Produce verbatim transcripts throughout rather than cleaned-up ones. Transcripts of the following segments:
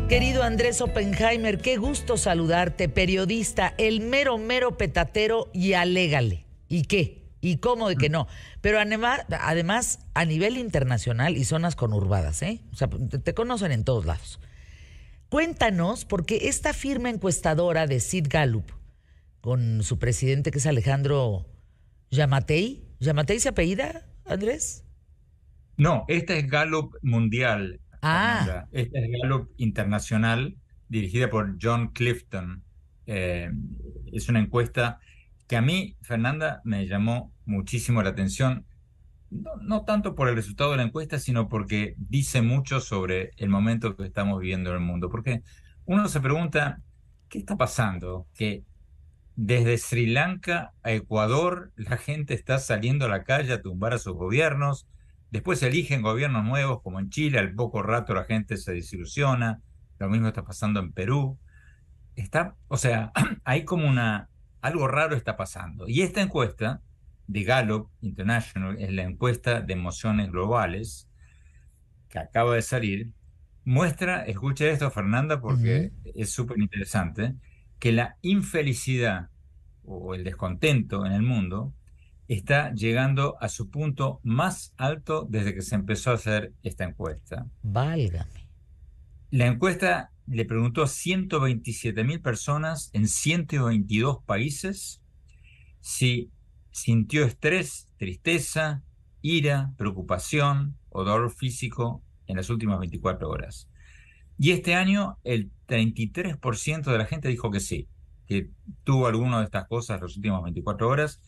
Querido Andrés Oppenheimer, qué gusto saludarte, periodista, el mero, mero petatero y alégale. ¿Y qué? ¿Y cómo de que no? Pero además, además a nivel internacional y zonas conurbadas, ¿eh? O sea, te, te conocen en todos lados. Cuéntanos, porque esta firma encuestadora de Sid Gallup, con su presidente que es Alejandro Yamatei, ¿Yamatei se apellida, Andrés? No, esta es Gallup Mundial, Ah, Fernanda. Esta es Gallup Internacional, dirigida por John Clifton. Eh, es una encuesta que a mí, Fernanda, me llamó muchísimo la atención, no, no tanto por el resultado de la encuesta, sino porque dice mucho sobre el momento que estamos viviendo en el mundo. Porque uno se pregunta, ¿qué está pasando? Que desde Sri Lanka a Ecuador, la gente está saliendo a la calle a tumbar a sus gobiernos. Después se eligen gobiernos nuevos, como en Chile, al poco rato la gente se desilusiona. Lo mismo está pasando en Perú. Está, o sea, hay como una, algo raro está pasando. Y esta encuesta de Gallup International es la encuesta de emociones globales que acaba de salir. Muestra, escucha esto, Fernanda, ujú. porque es súper interesante, que la infelicidad o el descontento en el mundo está llegando a su punto más alto desde que se empezó a hacer esta encuesta. Válgame. La encuesta le preguntó a ciento veintisiete mil personas en ciento veintidós países si sintió estrés, tristeza, ira, preocupación o dolor físico en las últimas veinticuatro horas. Y este año el treinta y tres por ciento de la gente dijo que sí, que tuvo alguna de estas cosas las últimas veinticuatro horas.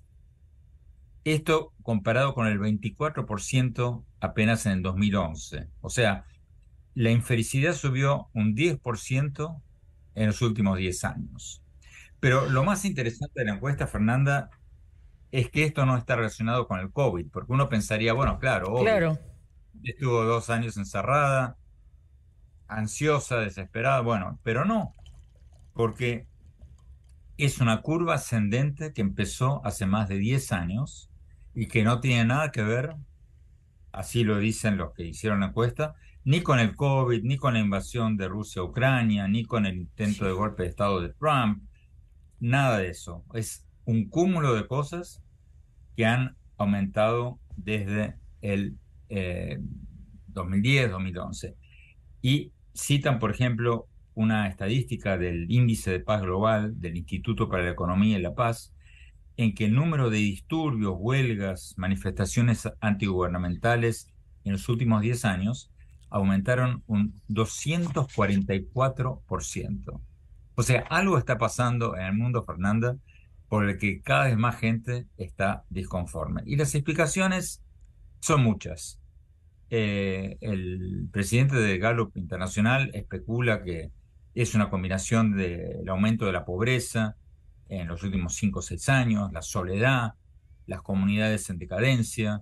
Esto comparado con el veinticuatro por ciento apenas en el dos mil once. O sea, la infelicidad subió un diez por ciento en los últimos diez años. Pero lo más interesante de la encuesta, Fernanda, es que esto no está relacionado con el COVID, porque uno pensaría, bueno, claro, obvio, Claro. estuvo dos años encerrada, ansiosa, desesperada, bueno, pero no, porque es una curva ascendente que empezó hace más de diez años y que no tiene nada que ver, así lo dicen los que hicieron la encuesta, ni con el COVID, ni con la invasión de Rusia a Ucrania, ni con el intento Sí. de golpe de Estado de Trump, nada de eso. Es un cúmulo de cosas que han aumentado desde el eh, dos mil diez, dos mil once. Y citan, por ejemplo, una estadística del Índice de Paz Global del Instituto para la Economía y la Paz, en que el número de disturbios, huelgas, manifestaciones antigubernamentales en los últimos diez años aumentaron un doscientos cuarenta y cuatro por ciento. O sea, algo está pasando en el mundo, Fernanda, por el que cada vez más gente está disconforme. Y las explicaciones son muchas. Eh, el presidente de Gallup Internacional especula que es una combinación del aumento de la pobreza en los últimos cinco o seis años, la soledad, las comunidades en decadencia,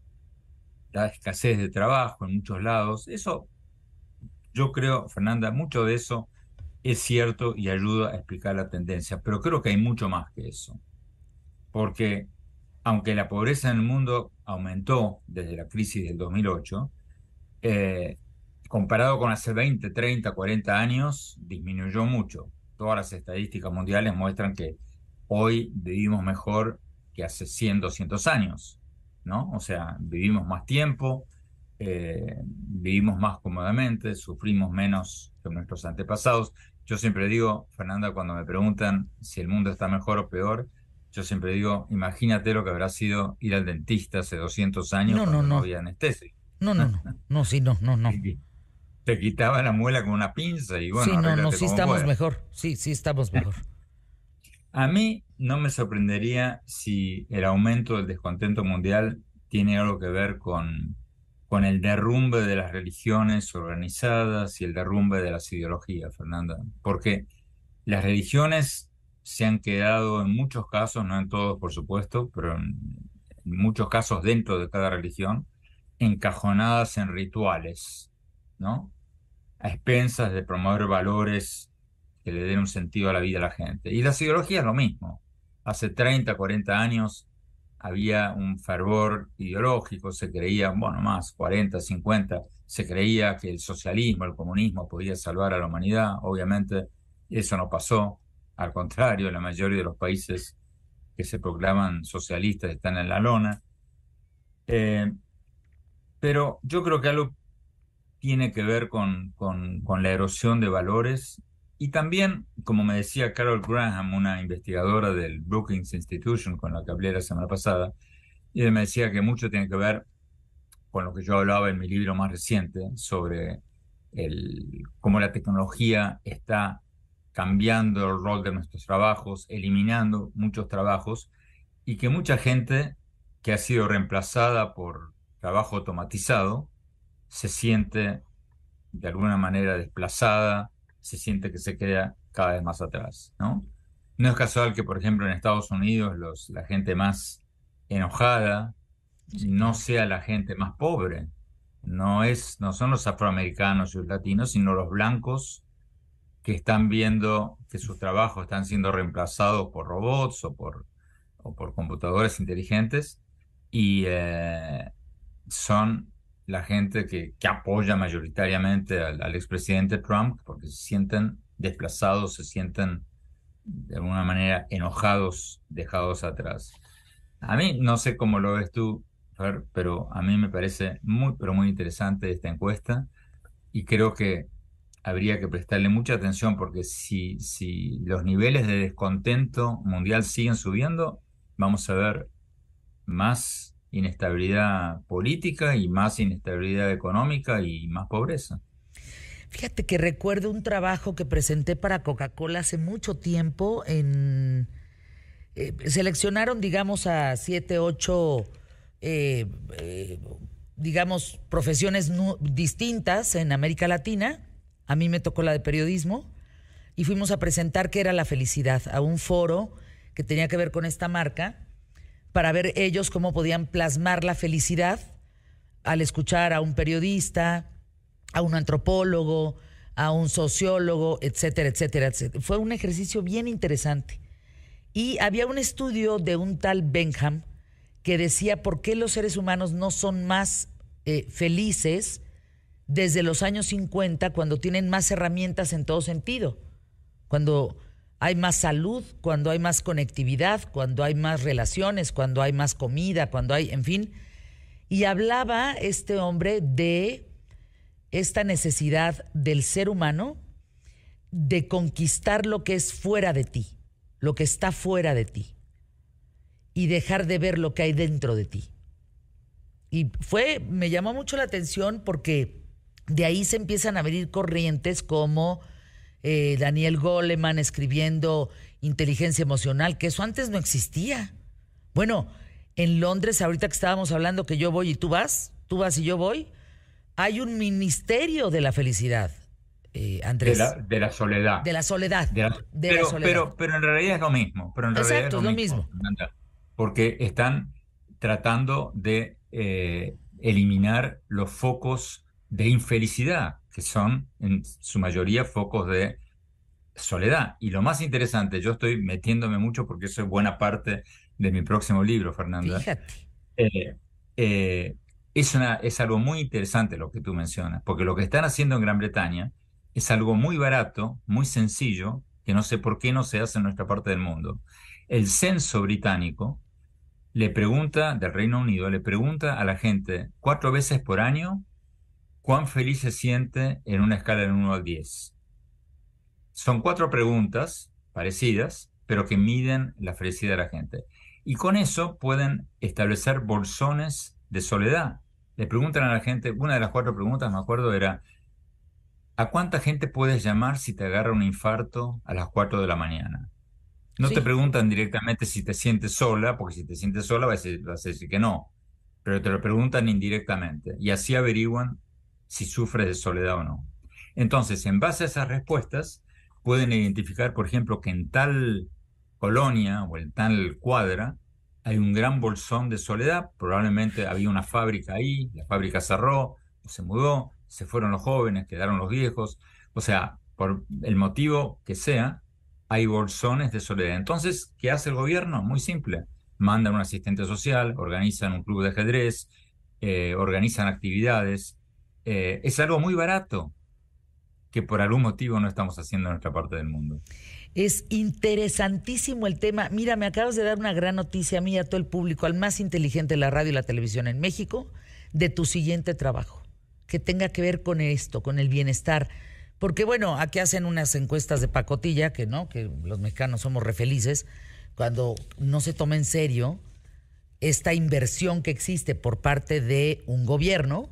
la escasez de trabajo en muchos lados. Eso, yo creo, Fernanda, mucho de eso es cierto y ayuda a explicar la tendencia, pero creo que hay mucho más que eso, porque aunque la pobreza en el mundo aumentó desde la crisis del dos mil ocho, eh, comparado con hace veinte, treinta, cuarenta años, disminuyó mucho. Todas las estadísticas mundiales muestran que hoy vivimos mejor que hace cien, doscientos años, ¿no? O sea, vivimos más tiempo, eh, vivimos más cómodamente, sufrimos menos que nuestros antepasados. Yo siempre digo, Fernanda, cuando me preguntan si el mundo está mejor o peor, yo siempre digo, imagínate lo que habrá sido ir al dentista hace doscientos años No, no, cuando no no. había anestesia. No, no, no. No, sí, no, no, no. Y te quitaba la muela con una pinza y bueno, Sí, no, no, arréglate sí como estamos puedas. mejor. Sí, sí estamos mejor. A mí no me sorprendería si el aumento del descontento mundial tiene algo que ver con, con el derrumbe de las religiones organizadas y el derrumbe de las ideologías, Fernanda. Porque las religiones se han quedado en muchos casos, no en todos por supuesto, pero en, en muchos casos dentro de cada religión, encajonadas en rituales, ¿no? A expensas de promover valores que le den un sentido a la vida a la gente. Y las ideologías lo mismo. Hace treinta, cuarenta años había un fervor ideológico, se creía, bueno, más, cuarenta, cincuenta, se creía que el socialismo, el comunismo podía salvar a la humanidad. Obviamente eso no pasó, al contrario, la mayoría de los países que se proclaman socialistas están en la lona. Eh, pero yo creo que algo tiene que ver con, con, con la erosión de valores y también, como me decía Carol Graham, una investigadora del Brookings Institution con la que hablé la semana pasada, y ella me decía que mucho tiene que ver con lo que yo hablaba en mi libro más reciente sobre el, cómo la tecnología está cambiando el rol de nuestros trabajos, eliminando muchos trabajos y que mucha gente que ha sido reemplazada por trabajo automatizado se siente de alguna manera desplazada, se siente que se queda cada vez más atrás, ¿no? No es casual que, por ejemplo, en Estados Unidos los, la gente más enojada Sí, no claro. sea la gente más pobre, no es, no son los afroamericanos y los latinos, sino los blancos que están viendo que sus trabajos están siendo reemplazados por robots o por, o por computadores inteligentes y eh, son la gente que, que apoya mayoritariamente al, al expresidente Trump porque se sienten desplazados, se sienten de alguna manera enojados, dejados atrás. A mí, no sé cómo lo ves tú, Fer, pero a mí me parece muy, pero muy interesante esta encuesta y creo que habría que prestarle mucha atención porque si, si los niveles de descontento mundial siguen subiendo, vamos a ver más inestabilidad política y más inestabilidad económica y más pobreza. Fíjate que recuerdo un trabajo que presenté para Coca-Cola hace mucho tiempo en... eh, seleccionaron, digamos, a siete, ocho, eh, eh, digamos, profesiones nu- distintas en América Latina. A mí me tocó la de periodismo y fuimos a presentar qué era la felicidad a un foro que tenía que ver con esta marca para ver ellos cómo podían plasmar la felicidad al escuchar a un periodista, a un antropólogo, a un sociólogo, etcétera, etcétera, etcétera. Fue un ejercicio bien interesante. Y había un estudio de un tal Benham que decía por qué los seres humanos no son más eh, felices desde los años cincuenta, cuando tienen más herramientas en todo sentido, cuando hay más salud, cuando hay más conectividad, cuando hay más relaciones, cuando hay más comida, cuando hay, en fin. Y hablaba este hombre de esta necesidad del ser humano de conquistar lo que es fuera de ti, lo que está fuera de ti, y dejar de ver lo que hay dentro de ti. Y fue, me llamó mucho la atención porque de ahí se empiezan a abrir corrientes como eh, Daniel Goleman escribiendo inteligencia emocional, que eso antes no existía. Bueno, en Londres, ahorita que estábamos hablando que yo voy y tú vas, tú vas y yo voy, hay un ministerio de la felicidad, eh, De la, Andrés, de la soledad. de la soledad, De la- de la pero, soledad. pero, pero en realidad es lo mismo, pero en realidad es Exacto, lo es lo mismo, mismo. Fernanda, porque están tratando de eh, eliminar los focos de infelicidad, que son en su mayoría focos de soledad. Y lo más interesante, yo estoy metiéndome mucho porque eso es buena parte de mi próximo libro, Fernanda. Fíjate. Eh, eh, es una, es algo muy interesante lo que tú mencionas, porque lo que están haciendo en Gran Bretaña es algo muy barato, muy sencillo, que no sé por qué no se hace en nuestra parte del mundo. El censo británico le pregunta, del Reino Unido, le pregunta a la gente cuatro veces por año cuán feliz se siente en una escala de uno al diez. Son cuatro preguntas parecidas, pero que miden la felicidad de la gente. Y con eso pueden establecer bolsones de soledad. Le preguntan a la gente, una de las cuatro preguntas, me acuerdo, era, ¿a cuánta gente puedes llamar si te agarra un infarto a las cuatro de la mañana? No te Sí. preguntan directamente si te sientes sola, porque si te sientes sola vas a decir, vas a decir que no, pero te lo preguntan indirectamente y así averiguan si sufres de soledad o no. Entonces, en base a esas respuestas, pueden identificar, por ejemplo, que en tal colonia o en tal cuadra hay un gran bolsón de soledad, probablemente había una fábrica ahí, la fábrica cerró, o se mudó, se fueron los jóvenes, quedaron los viejos, o sea, por el motivo que sea hay bolsones de soledad. Entonces, ¿qué hace el gobierno? Muy simple. mandan un asistente social, organizan un club de ajedrez, eh, organizan actividades. Eh, es algo muy barato que por algún motivo no estamos haciendo en nuestra parte del mundo. Es interesantísimo el tema. Mira, me acabas de dar una gran noticia a mí y a todo el público, al más inteligente de la radio y la televisión en México, de tu siguiente trabajo, que tenga que ver con esto, con el bienestar. Porque bueno, aquí hacen unas encuestas de pacotilla, que no, que los mexicanos somos re felices, cuando no se toma en serio esta inversión que existe por parte de un gobierno,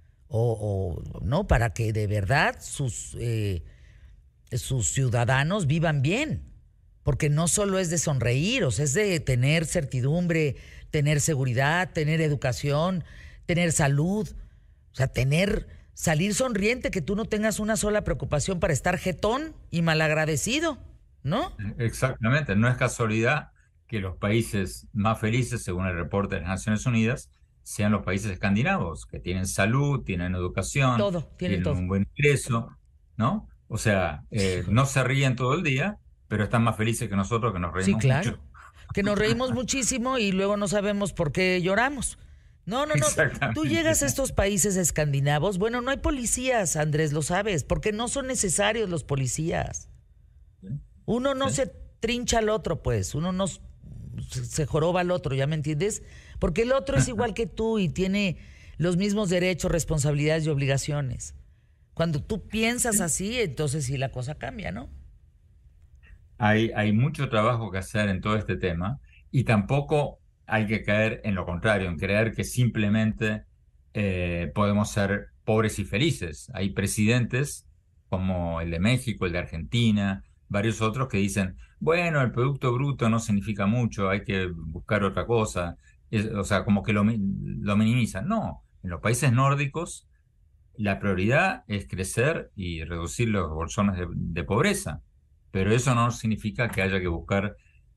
o, o no, para que de verdad sus... Eh, sus ciudadanos vivan bien, porque no solo es de sonreír, o sea, es de tener certidumbre, tener seguridad, tener educación, tener salud, o sea, tener, salir sonriente, que tú no tengas una sola preocupación para estar jetón y malagradecido, ¿no? Exactamente, no es casualidad que los países más felices, según el reporte de las Naciones Unidas, sean los países escandinavos, que tienen salud, tienen educación, Todo, tienen tienen todo. un buen ingreso, ¿no? O sea, eh, Híjole. no se ríen todo el día, pero están más felices que nosotros, que nos Sí, reímos claro. mucho. Que nos reímos muchísimo y luego no sabemos por qué lloramos. No, no, no. Tú llegas a Exactamente. estos países escandinavos, bueno, no hay policías, Andrés, lo sabes, porque no son necesarios los policías. Sí, Uno no sí. se trincha al otro, pues, uno no s- se joroba al otro, ¿ya me entiendes? Porque el otro es igual que tú y tiene los mismos derechos, responsabilidades y obligaciones. Cuando tú piensas así, entonces sí la cosa cambia, ¿no? Hay, hay mucho trabajo que hacer en todo este tema y tampoco hay que caer en lo contrario, en creer que simplemente eh, podemos ser pobres y felices. Hay presidentes como el de México, el de Argentina, varios otros que dicen, bueno, el Producto Bruto no significa mucho, hay que buscar otra cosa. Es- o sea, como que lo, mi- lo minimizan. No, en los países nórdicos la prioridad es crecer y reducir los bolsones de, de pobreza, pero eso no significa que haya que buscar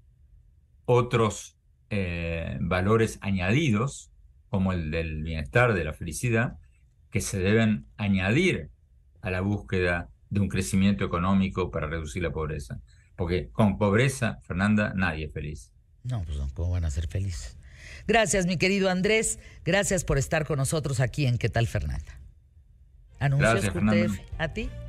otros eh, valores añadidos, como el del bienestar, de la felicidad, que se deben añadir a la búsqueda de un crecimiento económico para reducir la pobreza. Porque con pobreza, Fernanda, nadie es feliz. No, pues no, ¿cómo van a ser felices? Gracias, mi querido Andrés. Gracias por estar con nosotros aquí en ¿Qué tal, Fernanda? Anuncios Gracias, Q T Fernanda. F. ¿A ti?